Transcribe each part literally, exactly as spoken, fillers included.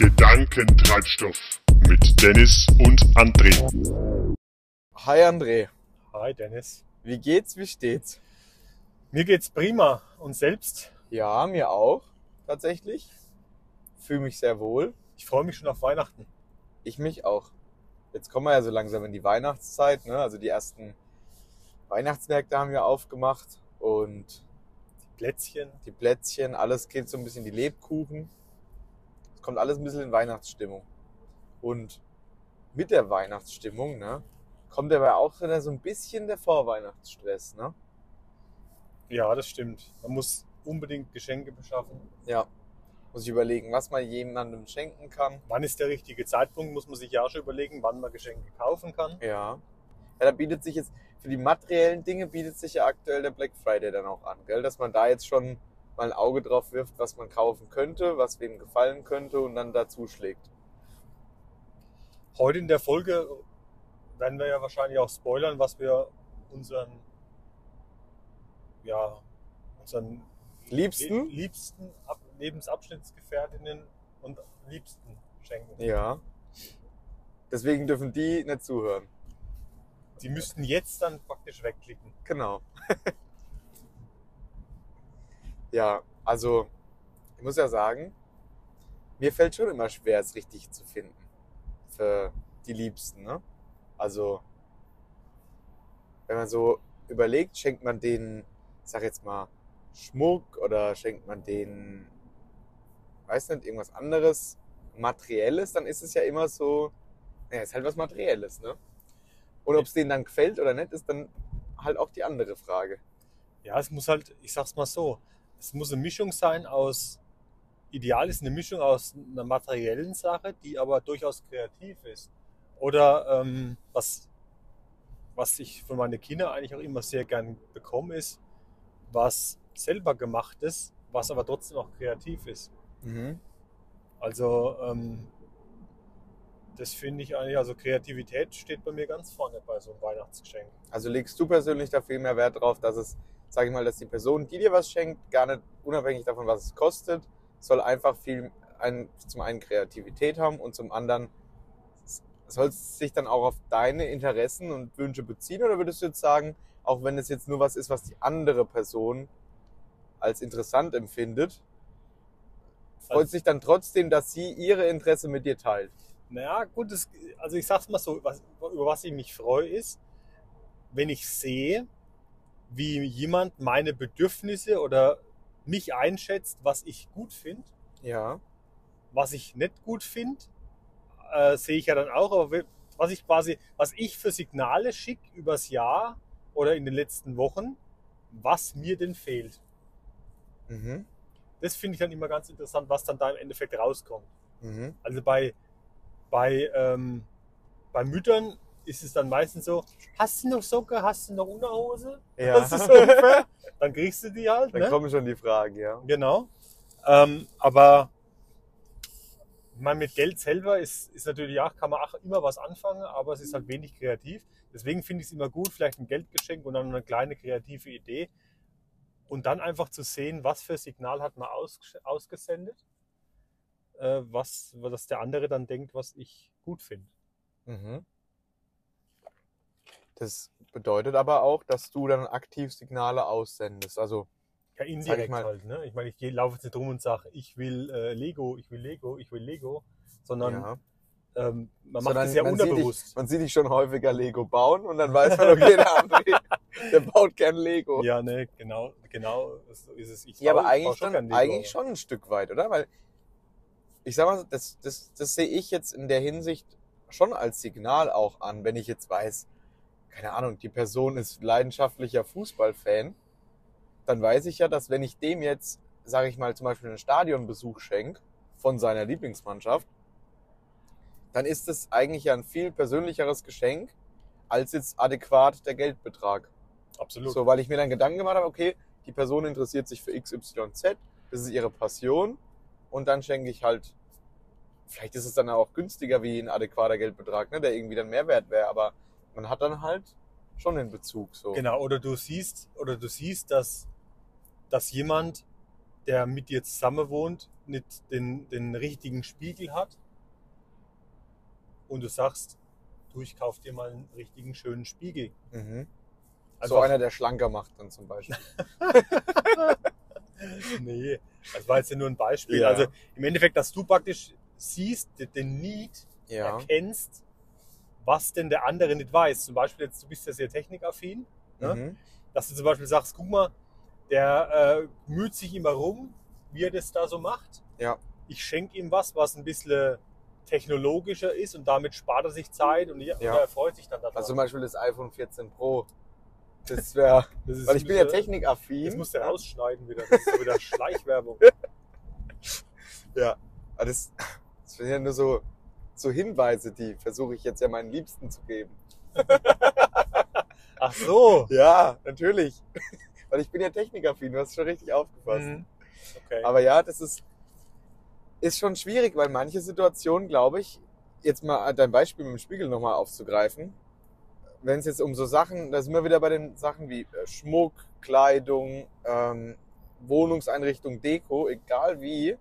Gedankentreibstoff mit Dennis und André. Hi André, Hi Dennis. wie geht's, wie steht's? Mir geht's prima. Und selbst? Ja, mir auch, tatsächlich. Fühle mich sehr wohl. Ich freue mich schon auf Weihnachten. Ich mich auch. Jetzt kommen wir ja so langsam in die Weihnachtszeit, ne? Also die ersten Weihnachtsmärkte haben wir aufgemacht und Die Plätzchen. die Plätzchen, alles geht so ein bisschen, die Lebkuchen. Es kommt alles ein bisschen in Weihnachtsstimmung. Und mit der Weihnachtsstimmung, ne, kommt aber auch wieder so ein bisschen der Vorweihnachtsstress, ne? Ja, das stimmt. Man muss unbedingt Geschenke beschaffen. Ja. Muss ich überlegen, was man jemandem schenken kann. Wann ist der richtige Zeitpunkt? Muss man sich ja schon überlegen, wann man Geschenke kaufen kann. Ja. Ja, da bietet sich jetzt, für die materiellen Dinge bietet sich ja aktuell der Black Friday dann auch an, gell? Dass man da jetzt schon mal ein Auge drauf wirft, was man kaufen könnte, was wem gefallen könnte und dann dazu schlägt. Heute in der Folge werden wir ja wahrscheinlich auch spoilern, was wir unseren, ja, unseren Liebsten? Le- liebsten Ab- Lebensabschnittsgefährtinnen und Liebsten schenken. Ja. Deswegen dürfen die nicht zuhören. Die müssten jetzt dann praktisch wegklicken. Genau. Ja, also ich muss ja sagen, mir fällt schon immer schwer, es richtig zu finden für die Liebsten, ne? Also wenn man so überlegt, schenkt man denen, ich sag jetzt mal, Schmuck oder schenkt man denen, weiß nicht, irgendwas anderes, Materielles, dann ist es ja immer so, ja, ist halt was Materielles, ne? Und ob es denen dann gefällt oder nicht, ist dann halt auch die andere Frage. Ja, es muss halt, ich sag's mal so, es muss eine Mischung sein aus, ideal ist eine Mischung aus einer materiellen Sache, die aber durchaus kreativ ist. Oder ähm, was, was ich von meinen Kindern eigentlich auch immer sehr gern bekomme, ist was selber gemachtes, was aber trotzdem auch kreativ ist. Mhm. Also ähm, das finde ich eigentlich, also Kreativität steht bei mir ganz vorne bei so einem Weihnachtsgeschenk. Also legst du persönlich da viel mehr Wert drauf, dass es, sage ich mal, dass die Person, die dir was schenkt, gar nicht unabhängig davon, was es kostet, soll einfach viel, ein, zum einen Kreativität haben und zum anderen soll es sich dann auch auf deine Interessen und Wünsche beziehen? Oder würdest du jetzt sagen, auch wenn es jetzt nur was ist, was die andere Person als interessant empfindet, freut sich dann trotzdem, dass sie ihre Interesse mit dir teilt? Naja, gut, das, also ich sag's mal so, was, über was ich mich freue, ist, wenn ich sehe, wie jemand meine Bedürfnisse oder mich einschätzt, was ich gut finde, Ja. was ich nicht gut finde, äh, sehe ich ja dann auch, aber was ich quasi, was ich für Signale schicke übers Jahr oder in den letzten Wochen, was mir denn fehlt. Mhm. Das finde ich dann immer ganz interessant, was dann da im Endeffekt rauskommt. Mhm. Also bei, bei, ähm, bei Müttern ist es dann meistens so, hast du noch Socke, hast du noch Unterhose? Ja. Das ist so ungefähr. Dann kriegst du die halt. Dann Ne? kommen schon die Fragen, ja. Genau. Ähm, aber ich meine, mit Geld selber ist, ist natürlich auch, kann man auch immer was anfangen, aber es ist halt wenig kreativ. Deswegen finde ich es immer gut, vielleicht ein Geldgeschenk und dann eine kleine kreative Idee. Und dann einfach zu sehen, was für Signal hat man aus, ausgesendet, äh, was, was der andere dann denkt, was ich gut finde. Mhm. Das bedeutet aber auch, dass du dann aktiv Signale aussendest. Also, Ja, sag ich indirekt mal, halt. Ne? Ich meine, ich geh- laufe jetzt nicht rum und sage, ich will äh, Lego, ich will Lego, ich will Lego, sondern ja. ähm, man macht Sondern das ja man sieht, dich, unterbewusst. man sieht dich schon häufiger Lego bauen und dann weiß man, okay, der André, der baut gern Lego. Ja, ne, genau, genau, so ist es. Ich Ja, aber baue- ich baue eigentlich schon, gern Lego, eigentlich aber- schon ein Stück weit, oder? Weil, ich sag mal, das, das, das sehe ich jetzt in der Hinsicht schon als Signal auch an, wenn ich jetzt weiß, keine Ahnung, die Person ist leidenschaftlicher Fußballfan, dann weiß ich ja, dass wenn ich dem jetzt, sage ich mal, zum Beispiel einen Stadionbesuch schenke von seiner Lieblingsmannschaft, dann ist es eigentlich ja ein viel persönlicheres Geschenk als jetzt adäquat der Geldbetrag. Absolut. So, weil ich mir dann Gedanken gemacht habe, okay, die Person interessiert sich für X Y Z, das ist ihre Passion und dann schenke ich halt, vielleicht ist es dann auch günstiger wie ein adäquater Geldbetrag, ne, der irgendwie dann Mehrwert wäre, aber man hat dann halt schon den Bezug so. Genau, oder du siehst, oder du siehst, dass, dass jemand der mit dir zusammen wohnt, nicht den, den richtigen Spiegel hat und du sagst, du, ich kauf dir mal einen richtigen schönen Spiegel. Mhm. Einfach, So einer, der schlanker macht dann zum Beispiel. nee, das war jetzt ja nur ein Beispiel. Ja. Also im Endeffekt, dass du praktisch siehst, den Need, Ja. erkennst, was denn der andere nicht weiß. Zum Beispiel jetzt, du bist ja sehr technikaffin, ne? Mhm. Dass du zum Beispiel sagst, guck mal, der äh, müht sich immer rum, wie er das da so macht. Ja. Ich schenke ihm was, was ein bisschen technologischer ist und damit spart er sich Zeit und, ja. Ja. und er freut sich dann daran. Also zum Beispiel das iPhone vierzehn Pro. Das wäre, das ist weil ich bin ja ein bisschen- technikaffin. Das musst du rausschneiden wieder. Das ist so wieder Schleichwerbung. Ja, aber das, das sind ja nur so, so Hinweise, die versuche ich jetzt ja meinen Liebsten zu geben. Ach so. Ja, natürlich. Weil ich bin ja technikaffin, du hast es schon richtig aufgepasst. Mhm. Okay. Aber ja, das ist, ist schon schwierig, weil manche Situationen, glaube ich, jetzt mal dein Beispiel mit dem Spiegel nochmal aufzugreifen, wenn es jetzt um so Sachen, da sind wir wieder bei den Sachen wie äh, Schmuck, Kleidung, ähm, Wohnungseinrichtung, Deko, egal wie,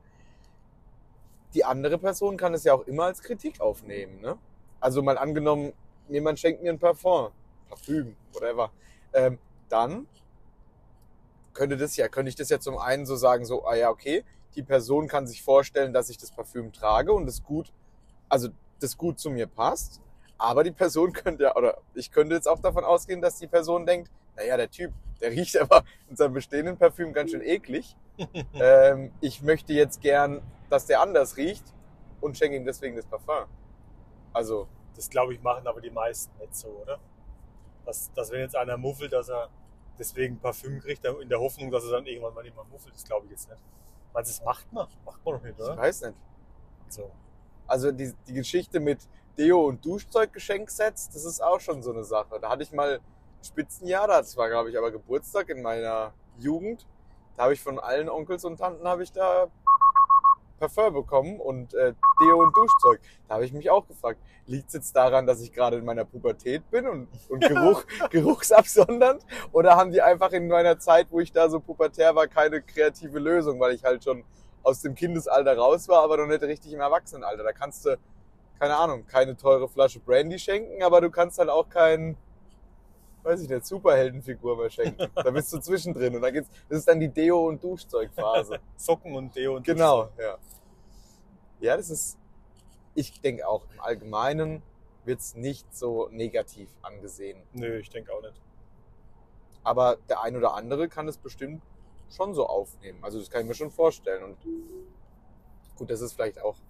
die andere Person kann es ja auch immer als Kritik aufnehmen. Ne? Also mal angenommen, jemand schenkt mir ein Parfum, Parfüm, whatever, ähm, dann könnte das ja, könnte ich das ja zum einen so sagen, so, ah ja, okay, die Person kann sich vorstellen, dass ich das Parfüm trage und das gut, also das gut zu mir passt. Aber die Person könnte ja, oder ich könnte jetzt auch davon ausgehen, dass die Person denkt, naja, der Typ, der riecht aber in seinem bestehenden Parfüm ganz schön eklig. ähm, ich möchte jetzt gern, dass der anders riecht und schenke ihm deswegen das Parfum. Also, Das glaube ich machen aber die meisten nicht so, oder? Dass, dass wenn jetzt einer muffelt, dass er deswegen Parfüm kriegt, in der Hoffnung, dass er dann irgendwann mal nicht mehr muffelt, das glaube ich jetzt nicht. Meinst du, das macht man? Macht man doch nicht, ich oder? weiß nicht. So. Also die, die Geschichte mit Deo- und Duschzeuggeschenksets, das ist auch schon so eine Sache. Da hatte ich mal ein Spitzenjahr, das war, glaube ich, aber Geburtstag in meiner Jugend. Da habe ich von allen Onkels und Tanten habe ich da Parfum bekommen und äh, Deo und Duschzeug. Da habe ich mich auch gefragt, liegt es jetzt daran, dass ich gerade in meiner Pubertät bin und, und Geruch, geruchsabsondernd? Oder haben die einfach in meiner Zeit, wo ich da so pubertär war, keine kreative Lösung, weil ich halt schon aus dem Kindesalter raus war, aber noch nicht richtig im Erwachsenenalter. Da kannst du, keine Ahnung, keine teure Flasche Brandy schenken, aber du kannst dann auch keinen, weiß ich nicht, Superheldenfigur mehr schenken. Da bist du zwischendrin und dann geht's, das ist dann die Deo- und Duschzeugphase. Socken und Deo und Genau, Duschzeug. ja. Ja, das ist, ich denke auch im Allgemeinen wird es nicht so negativ angesehen. Nö, ich denke auch nicht. Aber der ein oder andere kann es bestimmt schon so aufnehmen. Also das kann ich mir schon vorstellen. Und gut, das ist vielleicht auch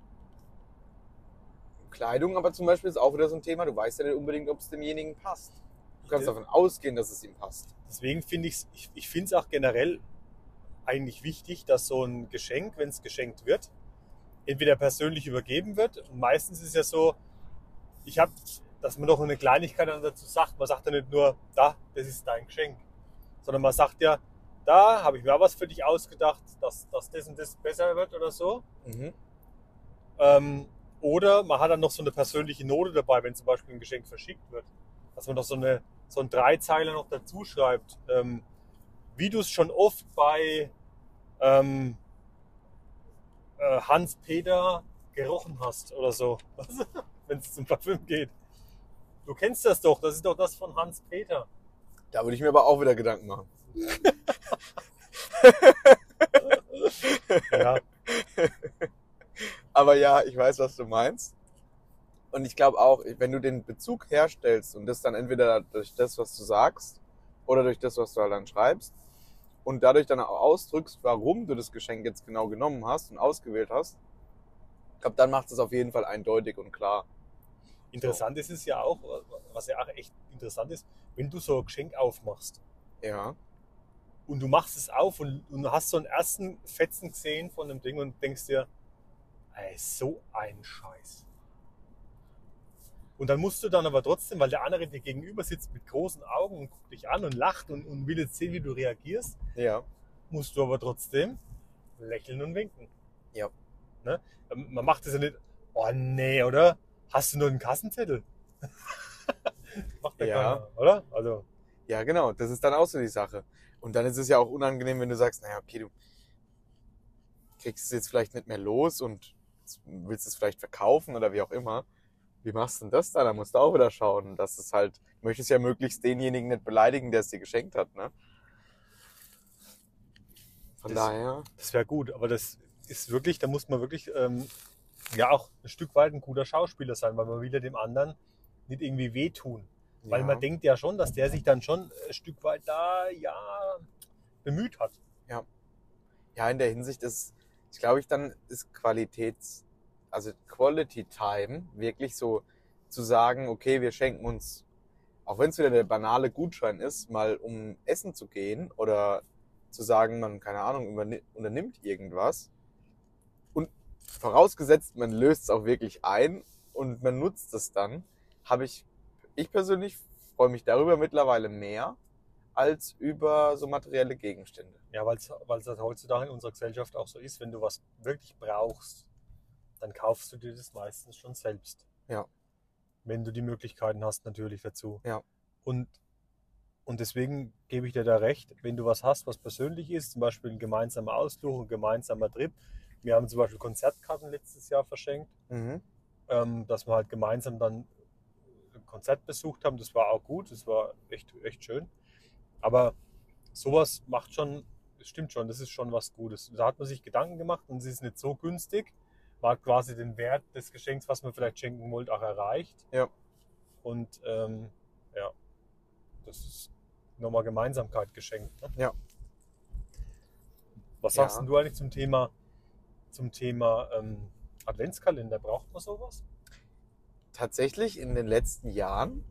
Kleidung, aber zum Beispiel ist auch wieder so ein Thema, du weißt ja nicht unbedingt, ob es demjenigen passt. Du kannst Ja. davon ausgehen, dass es ihm passt. Deswegen finde ich's, ich ich finde es auch generell eigentlich wichtig, dass so ein Geschenk, wenn es geschenkt wird, entweder persönlich übergeben wird. Und meistens ist es ja so, ich habe, dass man noch eine Kleinigkeit dann dazu sagt. Man sagt ja nicht nur, da, das ist dein Geschenk. Sondern man sagt ja, da habe ich mir auch was für dich ausgedacht, dass, dass das und das besser wird oder so. Mhm. Ähm, oder man hat dann noch so eine persönliche Note dabei, wenn zum Beispiel ein Geschenk verschickt wird. Dass man noch so, eine, so einen Dreizeiler noch dazu schreibt. Ähm, wie du es schon oft bei ähm, äh, Hans-Peter gerochen hast oder so. Wenn es zum Parfüm geht. Du kennst das doch, das ist doch das von Hans-Peter. Da würde ich mir aber auch wieder Gedanken machen. Ja. Aber ja, ich weiß, was du meinst. Und ich glaube auch, wenn du den Bezug herstellst und das dann entweder durch das, was du sagst oder durch das, was du halt dann schreibst und dadurch dann auch ausdrückst, warum du das Geschenk jetzt genau genommen hast und ausgewählt hast, ich glaube, dann macht es auf jeden Fall eindeutig und klar. Interessant ist es ja auch, was ja auch echt interessant ist, wenn du so ein Geschenk aufmachst Ja, und du machst es auf und, und hast so einen ersten Fetzen gesehen von dem Ding und denkst dir, ey, so ein Scheiß. Und dann musst du dann aber trotzdem, weil der andere dir gegenüber sitzt mit großen Augen und guckt dich an und lacht und, und will jetzt sehen, wie du reagierst, ja, musst du aber trotzdem lächeln und winken. Ja. Ne? Man macht das ja nicht, oh nee, oder? Hast du nur einen Kassenzettel? Macht ja, Ja. keiner, oder? Also, ja, genau. Das ist dann auch so die Sache. Und dann ist es ja auch unangenehm, wenn du sagst, naja, okay, du, kriegst es jetzt vielleicht nicht mehr los und willst es vielleicht verkaufen oder wie auch immer. Wie machst du denn das dann? Da musst du auch wieder schauen, dass es halt, du möchtest ja möglichst denjenigen nicht beleidigen, der es dir geschenkt hat, ne? Von Das- daher, Das wäre gut, aber das ist wirklich, da muss man wirklich ähm, ja auch ein Stück weit ein guter Schauspieler sein, weil man will ja dem anderen nicht irgendwie wehtun. Weil ja, man denkt ja schon, dass der sich dann schon ein Stück weit da ja bemüht hat. ja, in der Hinsicht ist, ich glaube ich, dann ist Qualitäts, also Quality Time wirklich so zu sagen, okay, wir schenken uns, auch wenn es wieder der banale Gutschein ist, mal um essen zu gehen oder zu sagen, man, keine Ahnung, überni- unternimmt irgendwas. Und vorausgesetzt, man löst es auch wirklich ein und man nutzt es dann, habe ich, ich persönlich freue mich darüber mittlerweile mehr als über so materielle Gegenstände. Ja, weil es halt heutzutage in unserer Gesellschaft auch so ist, wenn du was wirklich brauchst, dann kaufst du dir das meistens schon selbst. Ja. Wenn du die Möglichkeiten hast natürlich dazu. Ja. Und, und deswegen gebe ich dir da recht, wenn du was hast, was persönlich ist, zum Beispiel ein gemeinsamer Ausflug, ein gemeinsamer Trip. Wir haben zum Beispiel Konzertkarten letztes Jahr verschenkt, Mhm. ähm, dass wir halt gemeinsam dann ein Konzert besucht haben. Das war auch gut, das war echt, echt schön. Aber sowas macht schon, das stimmt schon, das ist schon was Gutes. Da hat man sich Gedanken gemacht und es ist nicht so günstig. Man hat quasi den Wert des Geschenks, was man vielleicht schenken wollte, auch erreicht. Ja. Und ähm, ja, das ist nochmal Gemeinsamkeit geschenkt. Ne? Ja. Was Ja. sagst denn du eigentlich zum Thema, zum Thema ähm, Adventskalender? Braucht man sowas? Tatsächlich in den letzten Jahren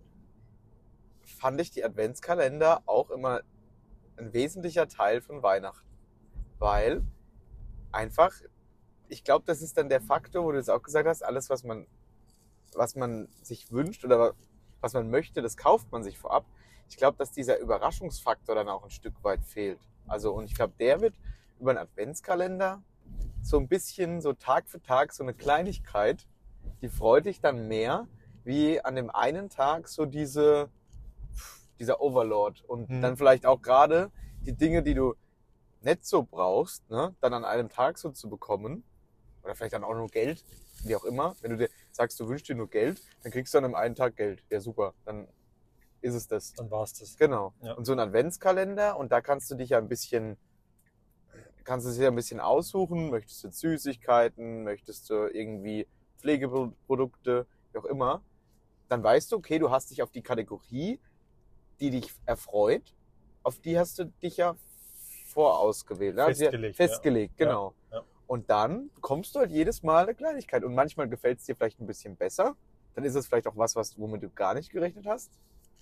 fand ich die Adventskalender auch immer ein wesentlicher Teil von Weihnachten. Weil einfach, ich glaube, das ist dann der Faktor, wo du es auch gesagt hast, alles, was man, was man sich wünscht oder was man möchte, das kauft man sich vorab. Ich glaube, dass dieser Überraschungsfaktor dann auch ein Stück weit fehlt. Also, und ich glaube, der wird über einen Adventskalender so ein bisschen, so Tag für Tag, so eine Kleinigkeit, die freut dich dann mehr, wie an dem einen Tag so diese, dieser Overlord. Und Hm. dann vielleicht auch gerade die Dinge, die du nicht so brauchst, ne, dann an einem Tag so zu bekommen. Oder vielleicht dann auch nur Geld, wie auch immer. Wenn du dir sagst, du wünschst dir nur Geld, dann kriegst du an einem einen Tag Geld. Ja, super. Dann ist es das. Dann war es das. Genau. Ja. Und so ein Adventskalender, und da kannst du dich ja ein bisschen, kannst du dich ja ein bisschen aussuchen. Möchtest du jetzt Süßigkeiten, möchtest du irgendwie Pflegeprodukte, wie auch immer. Dann weißt du, okay, du hast dich auf die Kategorie, die dich erfreut, auf die hast du dich ja vorausgewählt. ne? Festgelegt, Festgelegt, ja. genau. Ja, ja. Und dann bekommst du halt jedes Mal eine Kleinigkeit. Und manchmal gefällt es dir vielleicht ein bisschen besser. Dann ist es vielleicht auch was, was womit du gar nicht gerechnet hast.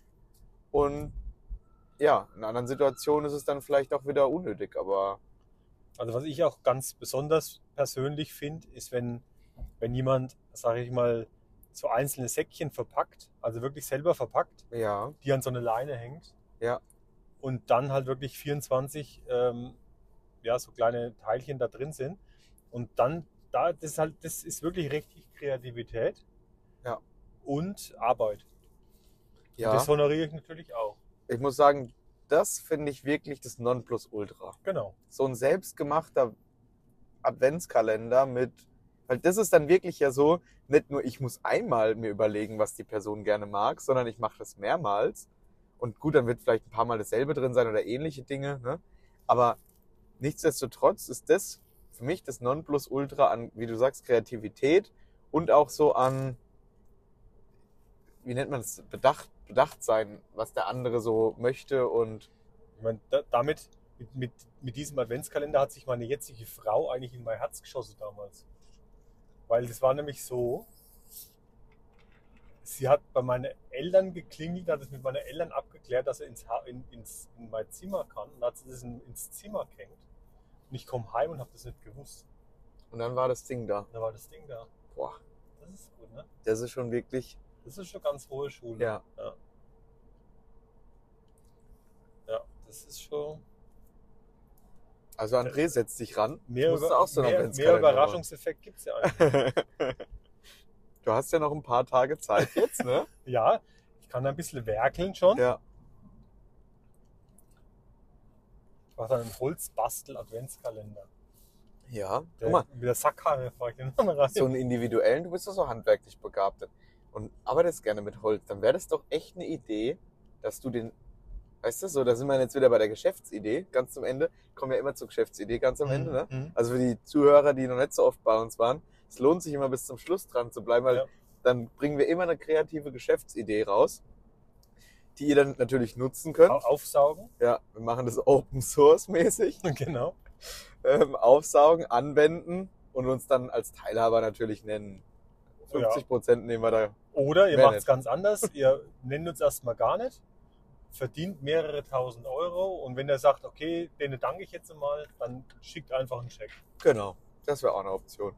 Und ja, in anderen Situationen ist es dann vielleicht auch wieder unnötig. Aber Also was ich auch ganz besonders persönlich finde, ist, wenn, wenn jemand, sage ich mal, so einzelne Säckchen verpackt, also wirklich selber verpackt, ja, die an so eine Leine hängt. Ja. Und dann halt wirklich vierundzwanzig ähm, ja, so kleine Teilchen da drin sind. Und dann, da, das ist halt, das ist wirklich richtig Kreativität. Ja. Und Arbeit. Und ja. das honoriere ich natürlich auch. Ich muss sagen, das finde ich wirklich das Nonplusultra. Genau. So ein selbstgemachter Adventskalender mit, weil das ist dann wirklich ja so, nicht nur ich muss einmal mir überlegen, was die Person gerne mag, sondern ich mache das mehrmals. Und gut, dann wird vielleicht ein paar Mal dasselbe drin sein oder ähnliche Dinge, ne? Aber nichtsdestotrotz ist das für mich das Nonplusultra an, wie du sagst, Kreativität und auch so an, wie nennt man es, Bedacht, bedacht sein, was der andere so möchte. Und Ich meine, da, damit, mit, mit, mit diesem Adventskalender hat sich meine jetzige Frau eigentlich in mein Herz geschossen damals. Weil das war nämlich so, sie hat bei meinen Eltern geklingelt, hat es mit meinen Eltern abgeklärt, dass er ins, Ha- in, ins, in mein Zimmer kann. Und hat sie das in, ins Zimmer gehängt. Und ich komme heim und habe das nicht gewusst. Und dann war das Ding da. Da war das Ding da. Boah, Das ist gut, ne? das ist schon wirklich, Das ist schon ganz hohe Schule. ja. Ja, ja das ist schon... Also André, setz dich ran. Mehr, Musst du über, auch so einen mehr, mehr Adventskalender machen. Überraschungseffekt gibt es ja eigentlich. Du hast ja noch ein paar Tage Zeit jetzt, ne? Ja, ich kann ein bisschen werkeln schon. Ja. Ich mache dann einen Holzbastel-Adventskalender. Ja, guck Der, mal, mit der Sackkarre fahre ich den dann rein. so einen individuellen, du bist doch so handwerklich begabt und arbeitest gerne mit Holz, dann wäre das doch echt eine Idee, dass du den, weißt du, so, da sind wir jetzt wieder bei der Geschäftsidee, ganz zum Ende, kommen wir immer zur Geschäftsidee ganz am Ende, ne? Mhm. Also für die Zuhörer, die noch nicht so oft bei uns waren, es lohnt sich immer bis zum Schluss dran zu bleiben, weil Ja. dann bringen wir immer eine kreative Geschäftsidee raus, die ihr dann natürlich nutzen könnt. Au- Aufsaugen. Ja, wir machen das Open Source mäßig. Genau. Ähm, aufsaugen, anwenden und uns dann als Teilhaber natürlich nennen. fünfzig Prozent nehmen wir da. Oder ihr Wer macht es nicht? ganz anders. Ihr nennt uns erstmal gar nicht, verdient mehrere tausend Euro und wenn er sagt, okay, denen danke ich jetzt mal, dann schickt einfach einen Check. Genau, das wäre auch eine Option.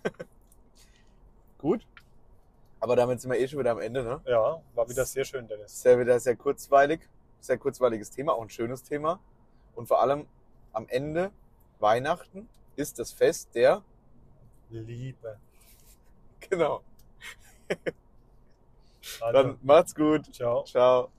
Gut. Aber damit sind wir eh schon wieder am Ende, ne? Ja, war wieder sehr schön, Dennis. Sehr wieder sehr kurzweilig, sehr kurzweiliges Thema, auch ein schönes Thema. Und vor allem am Ende, Weihnachten, ist das Fest der, Liebe. genau. Also, Dann macht's gut. ciao. Ciao.